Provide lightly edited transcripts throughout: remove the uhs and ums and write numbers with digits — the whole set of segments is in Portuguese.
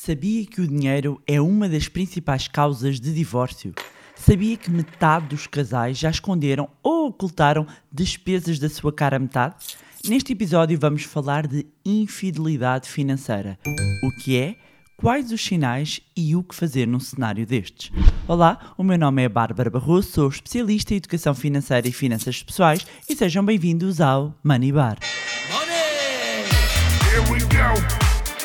Sabia que o dinheiro é uma das principais causas de divórcio? Sabia que metade dos casais já esconderam ou ocultaram despesas da sua cara metade? Neste episódio vamos falar de infidelidade financeira. O que é? Quais os sinais e o que fazer num cenário destes? Olá, o meu nome é Bárbara Barroso, sou especialista em educação financeira e finanças pessoais e sejam bem-vindos ao Money Bar. Money! Here we go!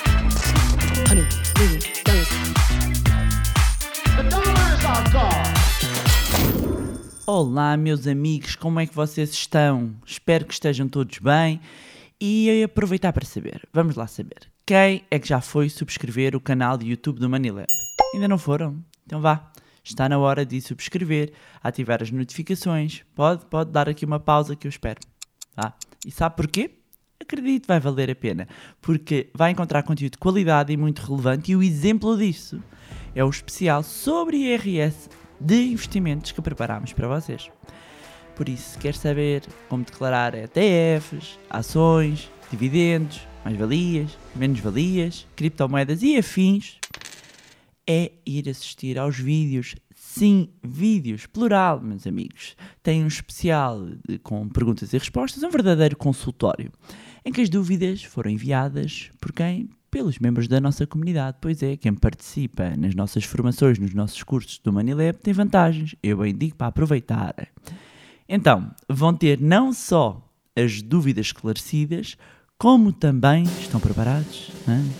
Olá, meus amigos, como é que vocês estão? Espero que estejam todos bem e aproveitar para saber, vamos lá saber, quem é que já foi subscrever o canal de YouTube do MoneyLab? Ainda não foram? Então vá, está na hora de subscrever, ativar as notificações, pode dar aqui uma pausa que eu espero, tá? E sabe porquê? Acredito, vai valer a pena, porque vai encontrar conteúdo de qualidade e muito relevante e o exemplo disso é o especial sobre IRS de investimentos que preparámos para vocês. Por isso, se quer saber como declarar ETFs, ações, dividendos, mais-valias, menos-valias, criptomoedas e afins, é ir assistir aos vídeos. Sim, vídeos, plural, meus amigos. Tem um especial com perguntas e respostas, um verdadeiro consultório, em que as dúvidas foram enviadas por quem? Pelos membros da nossa comunidade. Pois é, quem participa nas nossas formações, nos nossos cursos do MoneyLab, tem vantagens. Eu bem digo para aproveitar. Então, vão ter não só as dúvidas esclarecidas, como também, estão preparados?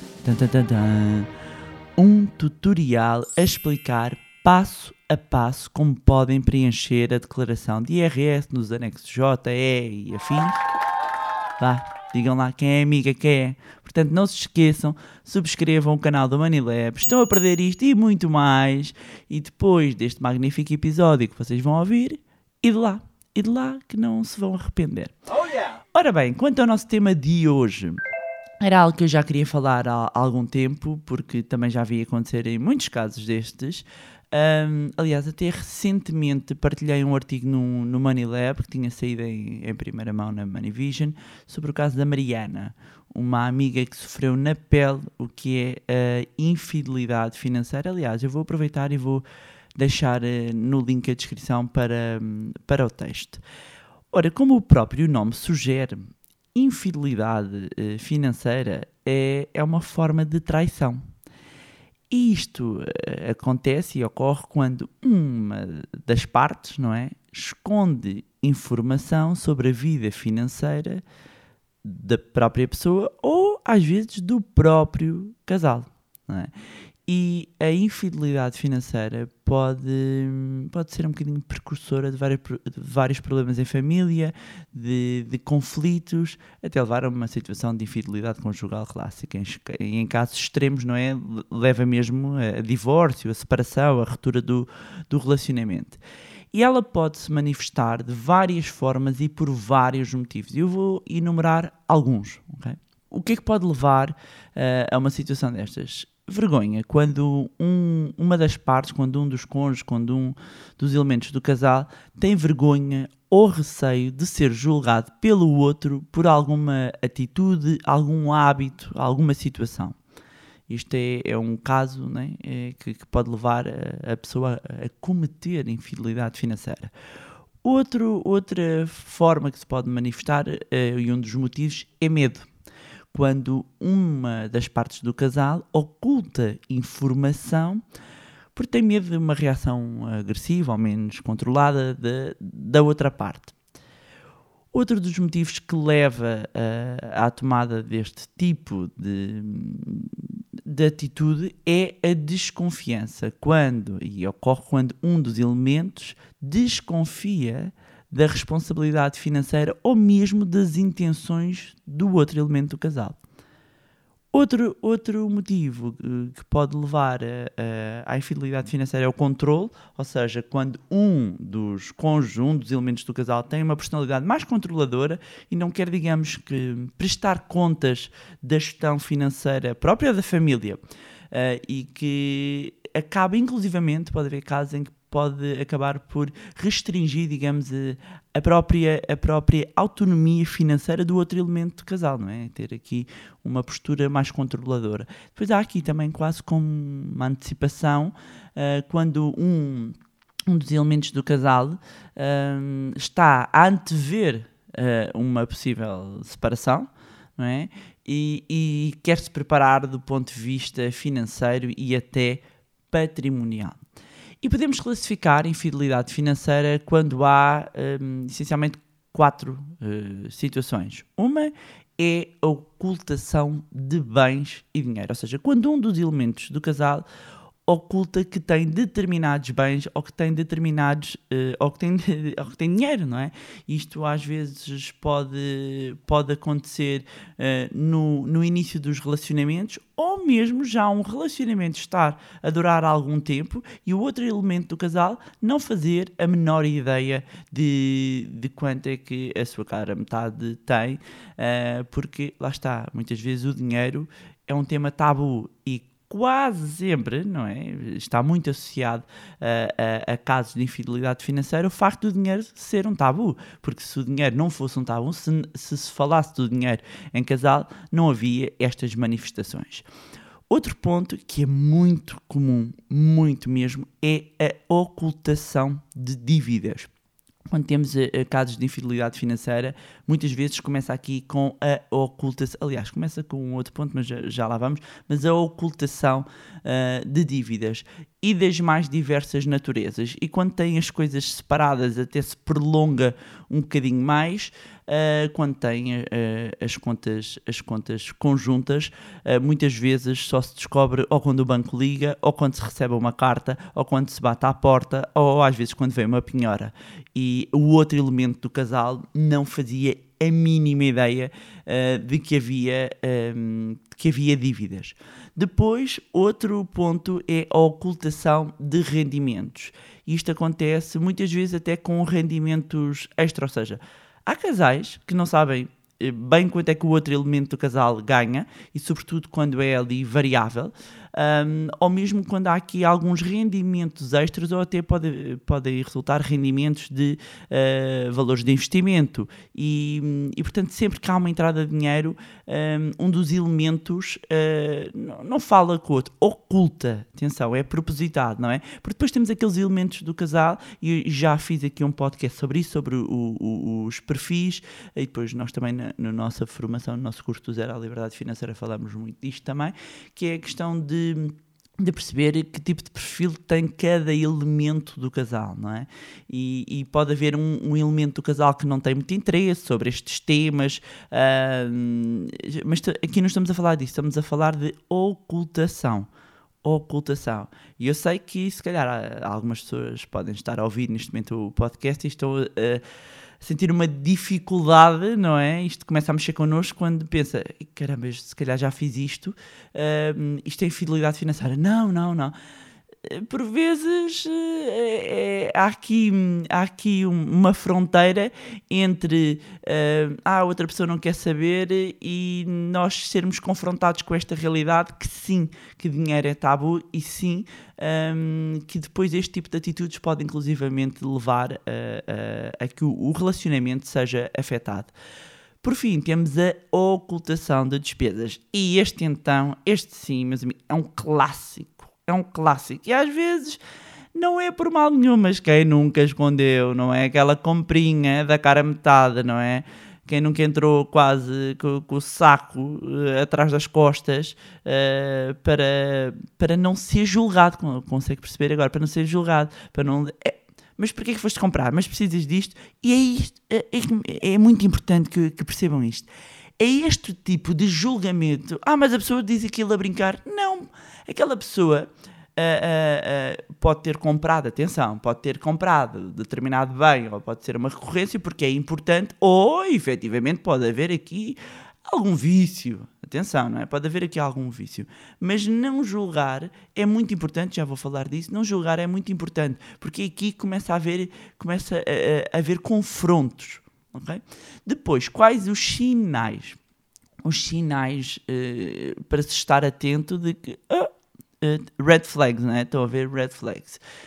Um tutorial a explicar passo a passo como podem preencher a declaração de IRS nos anexos J, E e afins. Vá, digam lá quem é amiga, quem é. Portanto, não se esqueçam, subscrevam o canal do MoneyLab, estão a perder isto e muito mais. E depois deste magnífico episódio que vocês vão ouvir, e de lá que não se vão arrepender. Oh, yeah. Ora bem, quanto ao nosso tema de hoje, era algo que eu já queria falar há algum tempo, porque também já vi acontecer em muitos casos destes. Aliás, até recentemente partilhei um artigo no MoneyLab, que tinha saído em primeira mão na Money Vision, sobre o caso da Mariana, uma amiga que sofreu na pele o que é a infidelidade financeira. Aliás, eu vou aproveitar e vou deixar no link a descrição para o texto. Ora, como o próprio nome sugere, infidelidade financeira é uma forma de traição. E isto acontece e ocorre quando uma das partes, não é, esconde informação sobre a vida financeira da própria pessoa ou, às vezes, do próprio casal, não é? E a infidelidade financeira pode ser um bocadinho precursora de vários problemas em família, de conflitos, até levar a uma situação de infidelidade conjugal clássica. Em casos extremos, não é? Leva mesmo a divórcio, a separação, a ruptura do relacionamento. E ela pode se manifestar de várias formas e por vários motivos. Eu vou enumerar alguns. Okay? O que é que pode levar a uma situação destas? Vergonha, quando uma das partes, quando um dos cônjuges, quando um dos elementos do casal tem vergonha ou receio de ser julgado pelo outro por alguma atitude, algum hábito, alguma situação. Isto é um caso, né, que pode levar a pessoa a cometer infidelidade financeira. Outra forma que se pode manifestar, e um dos motivos, é medo. Quando uma das partes do casal oculta informação porque tem medo de uma reação agressiva ou menos controlada da outra parte. Outro dos motivos que leva à tomada deste tipo de atitude é a desconfiança, ocorre quando um dos elementos desconfia da responsabilidade financeira ou mesmo das intenções do outro elemento do casal. Outro motivo que pode levar à infidelidade financeira é o controle, ou seja, quando um dos cônjuges, um dos elementos do casal tem uma personalidade mais controladora e não quer, digamos, que prestar contas da gestão financeira própria da família e que acaba, inclusivamente, pode haver casos em que pode acabar por restringir, digamos, a própria autonomia financeira do outro elemento do casal, não é? Ter aqui uma postura mais controladora. Depois há aqui também quase como uma antecipação, quando um dos elementos do casal está a antever uma possível separação, não é? E quer se preparar do ponto de vista financeiro e até patrimonial. E podemos classificar infidelidade financeira quando há essencialmente 4 situações. Uma é a ocultação de bens e dinheiro, ou seja, quando um dos elementos do casal oculta que tem determinados bens ou que tem determinados ou que tem dinheiro, não é? Isto às vezes pode acontecer no início dos relacionamentos, ou mesmo já um relacionamento estar a durar algum tempo e o outro elemento do casal não fazer a menor ideia de quanto é que a sua cara metade tem, porque lá está, muitas vezes o dinheiro é um tema tabu e quase sempre, não é? Está muito associado a casos de infidelidade financeira o facto do dinheiro ser um tabu, porque se o dinheiro não fosse um tabu, se falasse do dinheiro em casal, não havia estas manifestações. Outro ponto que é muito comum, muito mesmo, é a ocultação de dívidas. Quando temos casos de infidelidade financeira, muitas vezes começa aqui com a ocultação, aliás, começa com um outro ponto, mas já lá vamos, mas a ocultação de dívidas e das mais diversas naturezas. E quando tem as coisas separadas, até se prolonga um bocadinho mais. Quando tem as contas conjuntas, muitas vezes só se descobre ou quando o banco liga, ou quando se recebe uma carta, ou quando se bate à porta, ou às vezes quando vem uma penhora. E o outro elemento do casal não fazia a mínima ideia de que havia dívidas. Depois, outro ponto é a ocultação de rendimentos. Isto acontece muitas vezes até com rendimentos extra, ou seja, há casais que não sabem bem quanto é que o outro elemento do casal ganha, e sobretudo quando é ali variável, ou mesmo quando há aqui alguns rendimentos extras, ou até podem resultar rendimentos de valores de investimento, e portanto sempre que há uma entrada de dinheiro, um dos elementos não fala com o outro, oculta, atenção, é propositado, não é? Porque depois temos aqueles elementos do casal, e já fiz aqui um podcast sobre isso, sobre os perfis, e depois nós também na nossa formação, no nosso curso do Zero à Liberdade Financeira, falamos muito disto também, que é a questão de perceber que tipo de perfil tem cada elemento do casal, não é? E pode haver um elemento do casal que não tem muito interesse sobre estes temas, mas aqui não estamos a falar disso, estamos a falar de ocultação. E eu sei que se calhar algumas pessoas podem estar a ouvir neste momento o podcast e estão sentir uma dificuldade, não é? Isto começa a mexer connosco quando pensa, caramba, se calhar já fiz isto, isto é infidelidade financeira. Não. Por vezes há aqui uma fronteira entre a outra pessoa não quer saber e nós sermos confrontados com esta realidade que sim, que dinheiro é tabu e sim, que depois este tipo de atitudes pode inclusivamente levar a que o relacionamento seja afetado. Por fim, temos a ocultação de despesas. E este sim, meus amigos, é um clássico. E às vezes não é por mal nenhum, mas quem nunca escondeu, não é? Aquela comprinha da cara metade, não é? Quem nunca entrou quase com o saco atrás das costas para não ser julgado, consegue perceber agora, para não ser julgado, para não... Mas porquê que foste comprar? Mas precisas disto? E é isto, é muito importante que percebam isto. É este tipo de julgamento. Mas a pessoa diz aquilo a brincar. Não, aquela pessoa pode ter comprado determinado bem, ou pode ser uma recorrência porque é importante, ou efetivamente pode haver aqui algum vício. Atenção, não é? Pode haver aqui algum vício. Mas não julgar é muito importante, já vou falar disso, não julgar é muito importante, porque aqui começa a haver confrontos. Okay? Depois, quais os sinais? Os sinais para se estar atento de que red flags, não é? Estão a ver red flags.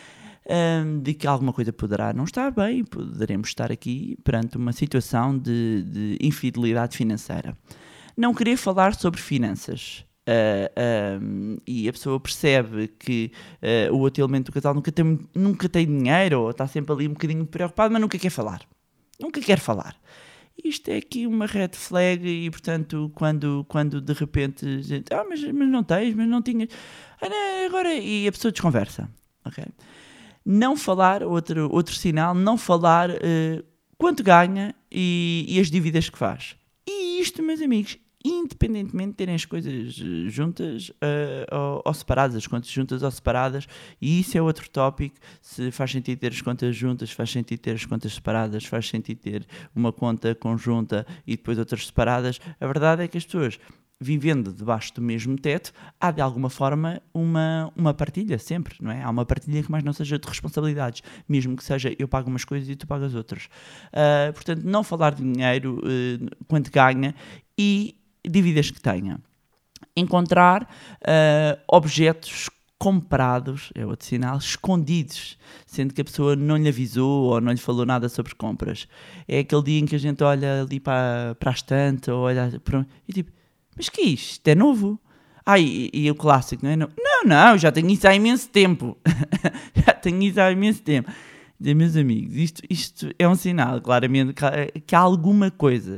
de que alguma coisa poderá não estar bem, poderemos estar aqui perante uma situação de infidelidade financeira. Não querer falar sobre finanças. E a pessoa percebe que o outro elemento do casal nunca tem dinheiro, ou está sempre ali um bocadinho preocupado, mas nunca quer falar. Nunca quer falar. Isto é aqui uma red flag e, portanto, quando de repente a gente, mas não tens, mas não tinhas, agora, e a pessoa desconversa, ok? Não falar, outro sinal, não falar quanto ganha e as dívidas que faz. E isto, meus amigos, independentemente de terem as coisas juntas ou separadas, as contas juntas ou separadas, e isso é outro tópico, se faz sentido ter as contas juntas, faz sentido ter as contas separadas, faz sentido ter uma conta conjunta e depois outras separadas. A verdade é que as pessoas, vivendo debaixo do mesmo teto, há de alguma forma uma partilha sempre, não é? Há uma partilha que mais não seja de responsabilidades, mesmo que seja eu pago umas coisas e tu pagas outras. Portanto, não falar de dinheiro, quanto ganha e dívidas que tenha. Encontrar objetos comprados, é outro sinal, escondidos, sendo que a pessoa não lhe avisou ou não lhe falou nada sobre compras. É aquele dia em que a gente olha ali para a estante ou olha para... e tipo, mas que é isto? Isto é novo? E o clássico, não é? Não, já tenho isso há imenso tempo. Já tenho isso há imenso tempo. Meus amigos, isto é um sinal, claramente, que há alguma coisa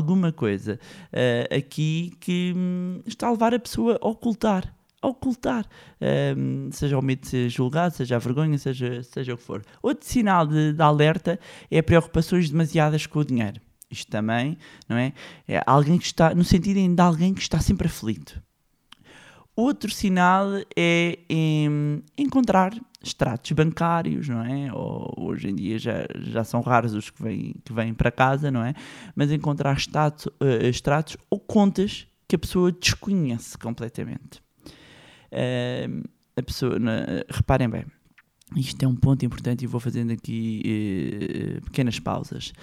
aqui que está a levar a pessoa a ocultar. Seja o medo de ser julgado, seja a vergonha, seja o que for. Outro sinal de alerta é preocupações demasiadas com o dinheiro. Isto também, não é? É alguém que está, no sentido de alguém que está sempre aflito. Outro sinal é encontrar extratos bancários, não é? Hoje em dia já são raros os que vêm para casa, não é? Mas encontrar extratos ou contas que a pessoa desconhece completamente. A pessoa, reparem bem, isto é um ponto importante e vou fazendo aqui pequenas pausas.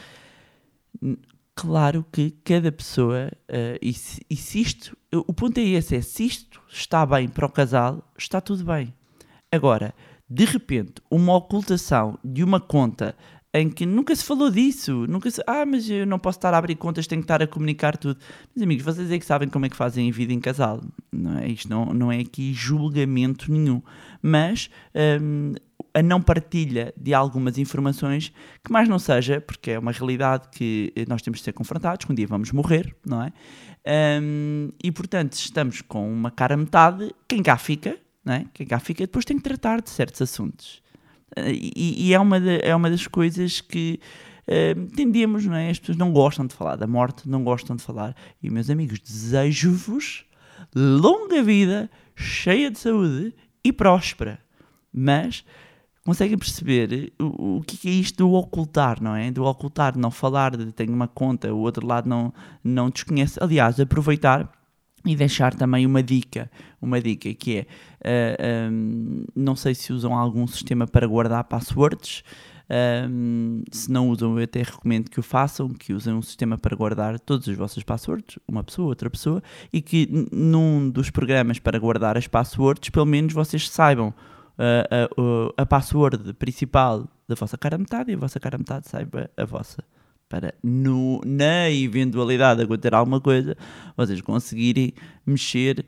Claro que cada pessoa, e se isto, o ponto é esse, se isto está bem para o casal, está tudo bem. Agora, de repente, uma ocultação de uma conta em que nunca se falou disso, mas eu não posso estar a abrir contas, tenho que estar a comunicar tudo. Meus amigos, vocês é que sabem como é que fazem a vida em casal, não é? Isto não é aqui julgamento nenhum, mas... a não partilha de algumas informações que mais não seja, porque é uma realidade que nós temos de ser confrontados, que um dia vamos morrer, não é? E portanto, estamos com uma cara metade, quem cá fica, não é? Quem cá fica depois tem que tratar de certos assuntos. E é uma das coisas que tendemos, não é? As pessoas não gostam de falar da morte, não gostam de falar. E meus amigos, desejo-vos longa vida, cheia de saúde e próspera. Mas... conseguem perceber o que é isto do ocultar, não é? Do ocultar, não falar de tenho uma conta, o outro lado não desconhece. Aliás, aproveitar e deixar também uma dica que é, não sei se usam algum sistema para guardar passwords, se não usam eu até recomendo que o façam, que usem um sistema para guardar todos os vossos passwords, uma pessoa, outra pessoa, e que num dos programas para guardar as passwords, pelo menos vocês saibam a password principal da vossa cara metade e a vossa cara metade saiba a vossa, para na eventualidade de acontecer alguma coisa, vocês conseguirem mexer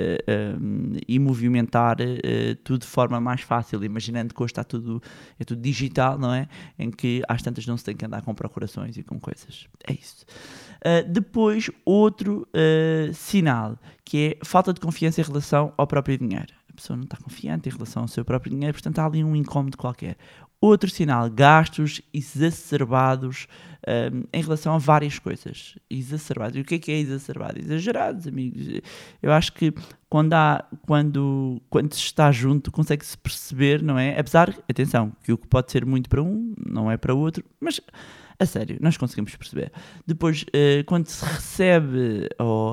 e movimentar tudo de forma mais fácil, imaginando que hoje é tudo digital, não é? Em que às tantas não se tem que andar com procurações e com coisas. É isso. Depois, outro sinal, que é falta de confiança em relação ao próprio dinheiro. A pessoa não está confiante em relação ao seu próprio dinheiro, portanto há ali um incómodo qualquer. Outro sinal, gastos exacerbados em relação a várias coisas. Exacerbados. E o que é exacerbado? Exagerados, amigos. Eu acho que quando se está junto, consegue-se perceber, não é? Apesar, atenção, que o que pode ser muito para um, não é para o outro, mas a sério, nós conseguimos perceber. Depois, quando se recebe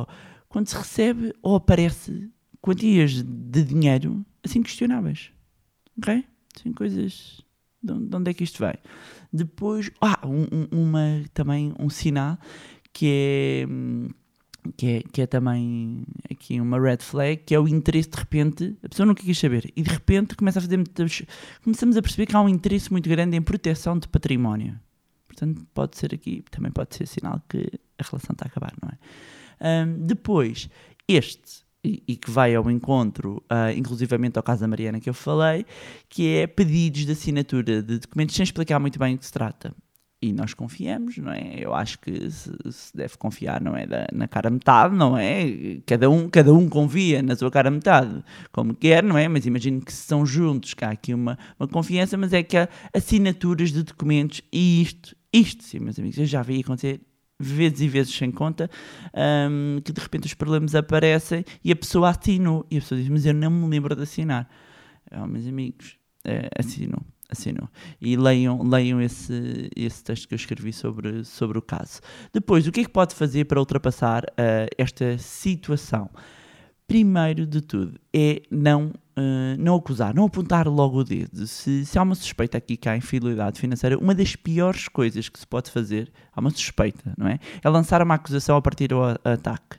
ou aparece quantias de dinheiro assim questionáveis, ok? Assim, coisas, de onde é que isto vem? Depois, também um sinal que é que é também aqui uma red flag, que é o interesse de repente, a pessoa nunca quis saber, e de repente começamos a perceber que há um interesse muito grande em proteção de património. Portanto, pode ser aqui, também pode ser sinal que a relação está a acabar, não é? Depois, e que vai ao encontro, inclusivamente ao caso da Mariana que eu falei, que é pedidos de assinatura de documentos sem explicar muito bem o que se trata. E nós confiamos, não é? Eu acho que se deve confiar, não é? Na cara metade, não é? Cada um confia na sua cara metade, como quer, não é? Mas imagino que se são juntos, que há aqui uma confiança, mas é que há assinaturas de documentos, e isto sim, meus amigos, eu já vi acontecer vezes e vezes sem conta, que de repente os problemas aparecem e a pessoa assinou, e a pessoa diz, mas eu não me lembro de assinar. Meus amigos, assinou. E leiam esse texto que eu escrevi sobre o caso. Depois, o que é que pode fazer para ultrapassar esta situação? Primeiro de tudo, é não acusar, não apontar logo o dedo. Se há uma suspeita aqui que há infidelidade financeira, uma das piores coisas que se pode fazer, há uma suspeita, não é? É lançar uma acusação a partir do ataque.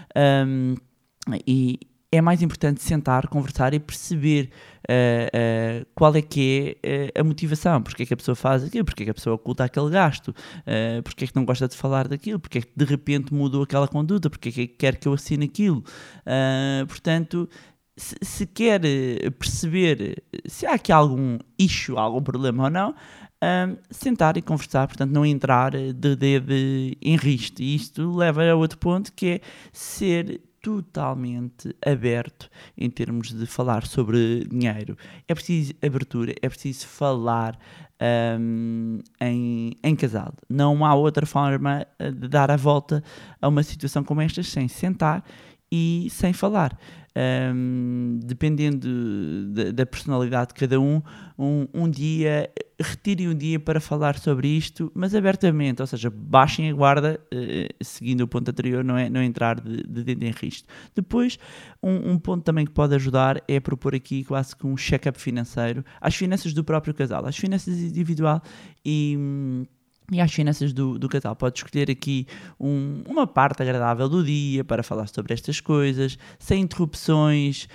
E é mais importante sentar, conversar e perceber qual é que é a motivação, porque é que a pessoa faz aquilo, porque é que a pessoa oculta aquele gasto, porque é que não gosta de falar daquilo, porque é que de repente mudou aquela conduta, porque é que quer que eu assine aquilo. Portanto, se quer perceber se há aqui algum issue, algum problema ou não, sentar e conversar, portanto não entrar de dedo em risco. E isto leva a outro ponto, que é ser totalmente aberto em termos de falar sobre dinheiro. É preciso abertura, é preciso falar em casal. Não há outra forma de dar a volta a uma situação como esta sem sentar e sem falar. Dependendo da personalidade de cada um dia, retirem um dia para falar sobre isto, mas abertamente, ou seja, baixem a guarda, seguindo o ponto anterior, não entrar de dentro em risco. Depois, um ponto também que pode ajudar é propor aqui quase que um check-up financeiro às finanças do próprio casal, às finanças individual e às finanças do casal. Pode escolher aqui uma parte agradável do dia para falar sobre estas coisas, sem interrupções,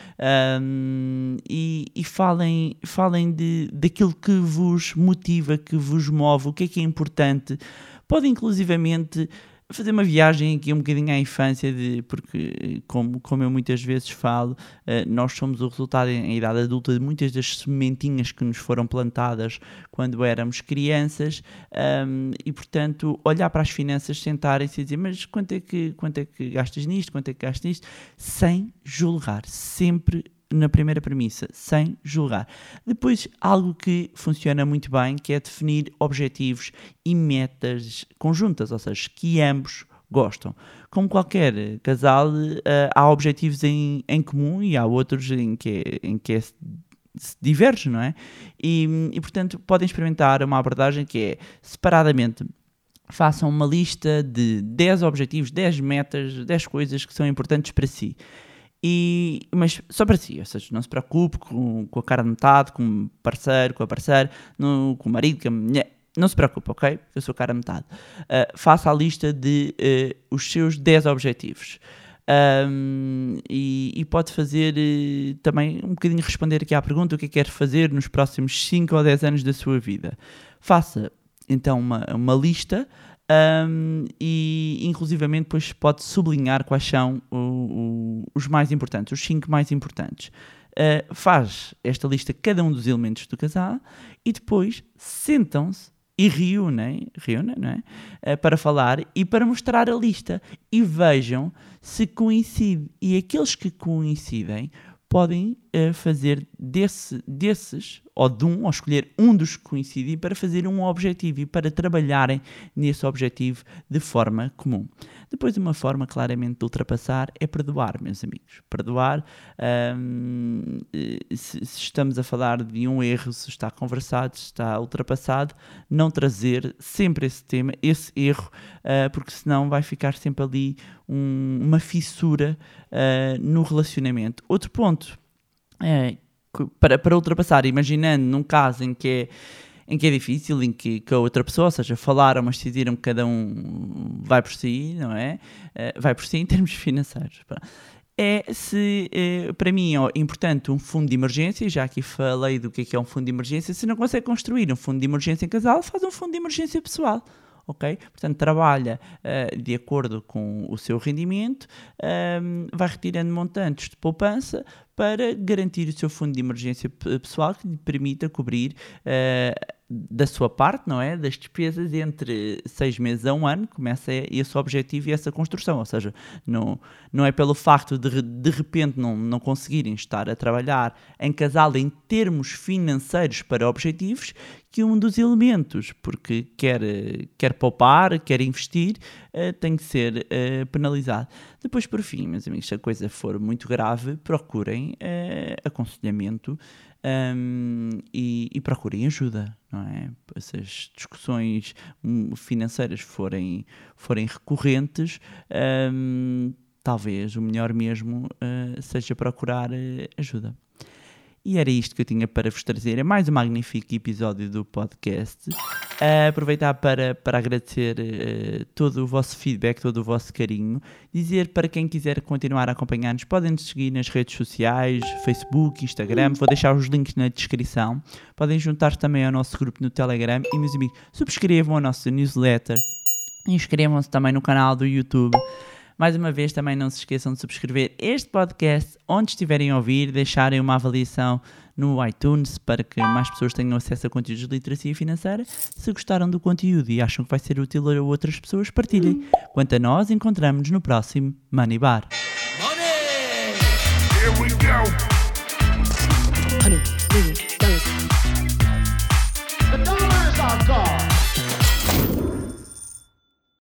e falem daquilo que vos motiva, que vos move, o que é importante. Podem inclusivamente fazer uma viagem aqui um bocadinho à infância, porque como eu muitas vezes falo, nós somos o resultado em idade adulta de muitas das sementinhas que nos foram plantadas quando éramos crianças, e portanto olhar para as finanças, sentarem-se e dizer, mas quanto é que gastas nisto, quanto é que gastas nisto, sem julgar, sempre na primeira premissa, sem julgar. Depois, algo que funciona muito bem, que é definir objetivos e metas conjuntas, ou seja, que ambos gostam. Como qualquer casal, há objetivos em comum e há outros em que se diverge, não é? E, portanto, podem experimentar uma abordagem que é, separadamente, façam uma lista de 10 objetivos, 10 metas, 10 coisas que são importantes para si. Mas só para si, ou seja, não se preocupe com a cara de metade, com o parceiro, com a parceira, com o marido, com a mulher, não se preocupe, ok? Eu sou cara de metade. Faça a lista de os seus 10 objetivos. E pode fazer também um bocadinho responder aqui à pergunta, o que é que quer fazer nos próximos 5 ou 10 anos da sua vida. Faça então uma lista, e inclusivamente depois pode sublinhar quais são os mais importantes, os 5 mais importantes. Faz esta lista cada um dos elementos do casal e depois sentam-se e reúnem, não é? Para falar e para mostrar a lista e vejam se coincide. E aqueles que coincidem podem fazer desses, ou escolher um dos que coincidem para fazer um objetivo e para trabalharem nesse objetivo de forma comum. Depois, uma forma claramente de ultrapassar é perdoar, meus amigos. Perdoar, se estamos a falar de um erro, se está conversado, se está ultrapassado, não trazer sempre esse tema, esse erro, porque senão vai ficar sempre ali uma fissura no relacionamento. Outro ponto, para ultrapassar, imaginando num caso em que em que é difícil, em que a outra pessoa, ou seja, falaram, mas decidiram que cada um vai por si, não é? Vai por si em termos financeiros. Para mim é importante um fundo de emergência, já aqui falei do que é um fundo de emergência. Se não consegue construir um fundo de emergência em casal, faz um fundo de emergência pessoal. Okay? Portanto, trabalha de acordo com o seu rendimento, vai retirando montantes de poupança para garantir o seu fundo de emergência pessoal, que lhe permita cobrir da sua parte, não é? Das despesas entre 6 meses a 1 ano, começa esse objetivo e essa construção. Ou seja, não é pelo facto de repente não conseguirem estar a trabalhar em casal em termos financeiros para objetivos, que um dos elementos, porque quer poupar, quer investir, tem que ser penalizado. Depois, por fim, meus amigos, se a coisa for muito grave, procurem aconselhamento e procurem ajuda, não é? Se as discussões financeiras forem recorrentes, talvez o melhor mesmo seja procurar ajuda. E era isto que eu tinha para vos trazer. É mais um magnífico episódio do podcast. Aproveitar para agradecer todo o vosso feedback, todo o vosso carinho. Dizer para quem quiser continuar a acompanhar-nos, podem nos seguir nas redes sociais, Facebook, Instagram. Vou deixar os links na descrição. Podem juntar-se também ao nosso grupo no Telegram. E, meus amigos, subscrevam a nossa newsletter. Inscrevam-se também no canal do YouTube. Mais uma vez, também não se esqueçam de subscrever este podcast onde estiverem a ouvir, deixarem uma avaliação no iTunes para que mais pessoas tenham acesso a conteúdos de literacia financeira. Se gostaram do conteúdo e acham que vai ser útil a outras pessoas, partilhem. Quanto a nós, encontramos-nos no próximo Money Bar. Money! Here we go!